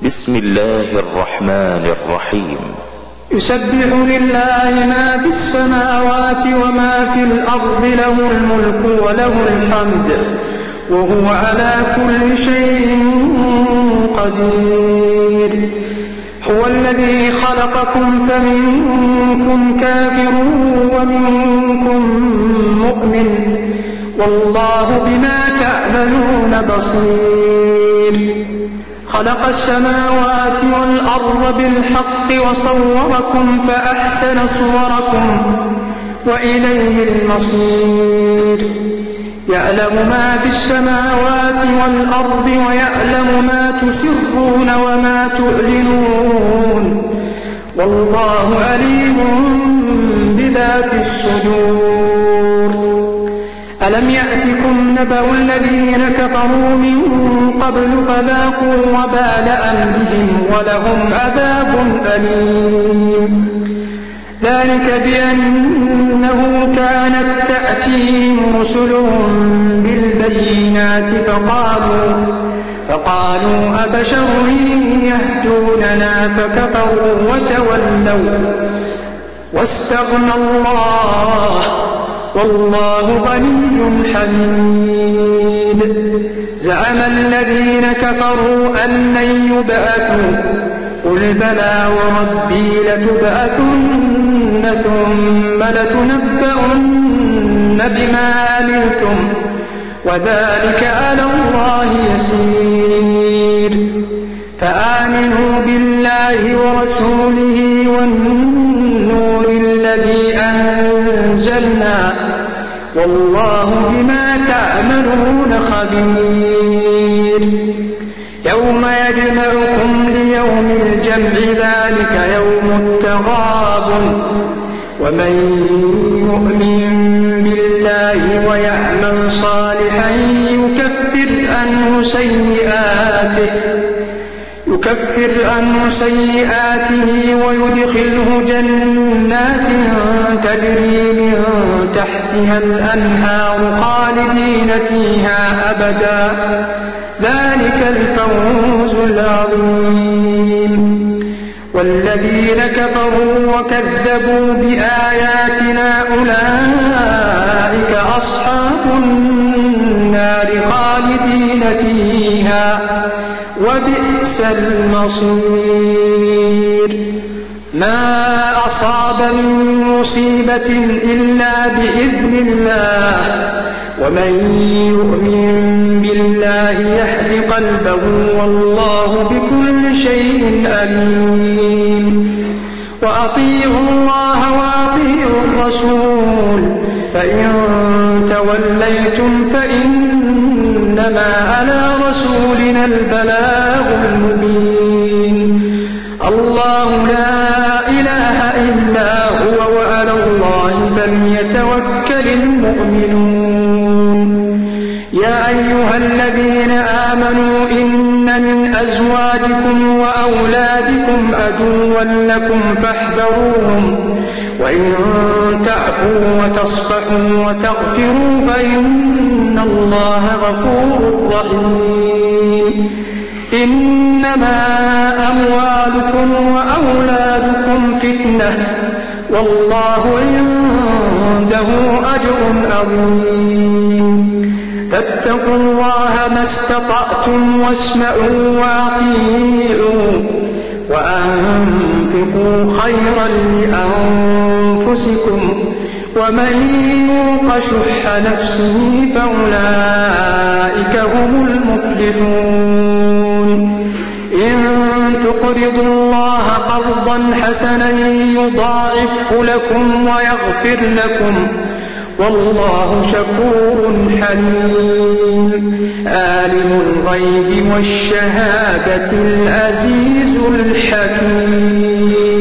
بسم الله الرحمن الرحيم. يسبح لله ما في السماوات وما في الأرض، له الملك وله الحمد وهو على كل شيء قدير. هو الذي خلقكم فمنكم كافر ومنكم مؤمن والله بما تعملون بصير. خلق السماوات والأرض بالحق وصوركم فأحسن صوركم وإليه المصير. يعلم ما في السماوات والأرض ويعلم ما تسرون وما تعلنون والله عليم بذات الصدور. ألم يأتكم نبأ الذين كفروا من قبل فذاقوا وبال أمرهم ولهم عذاب أليم. ذلك بأنه كانت تأتيهم رسلهم بالبينات فقالوا أبشر يهدوننا فكفروا وتولوا واستغنى الله والله غني حميد. زعم الذين كفروا أن لن يبعثوا قل بلى وربي لتبعثن ثم لتنبؤن بما عملتم وذلك على الله يسير. فآمنوا بالله ورسوله والنور الذي أنزلنا والله بما تعملون خبير. يوم يجمعكم ليوم الجمع ذلك يوم التغابن ومن يؤمن بالله ويعمل صالحا يكفر عنه سيئاته ويدخله جنات تجري من تحتها الأنهار خالدين فيها أبدا ذلك الفوز العظيم. والذين كفروا وكذبوا بآياتنا أولئك أصحاب النار خالدين فيها وبئس المصير. ما أصاب من مصيبة إلا بإذن الله ومن يؤمن بالله يهد قلبه والله بكل شيء عليم. وأطيعوا الله وأطيعوا الرسول فإن توليتم فإنما على رسولنا البلاغ المبين. الله لا إله إلا هو وعلى الله فليتوكل المؤمنون. يا أيها الذين آمنوا إن من أزواجكم وأولادكم عدوا لكم فاحذروهم وإن تعفوا وتصفحوا وتغفروا فإن الله غفور رحيم. إنما أموالكم وأولادكم فتنة والله عنده أجر عظيم. فاتقوا الله ما استطعتم واسمعوا وأطيعوا وأنفقوا خيرا لأنفسكم ومن يوق شح نفسه فأولئك هم المفلحون. إن تقرضوا الله قرضا حسنا يضاعفه لكم ويغفر لكم والله شكور حليم. عالم الغيب والشهادة العزيز الحكيم.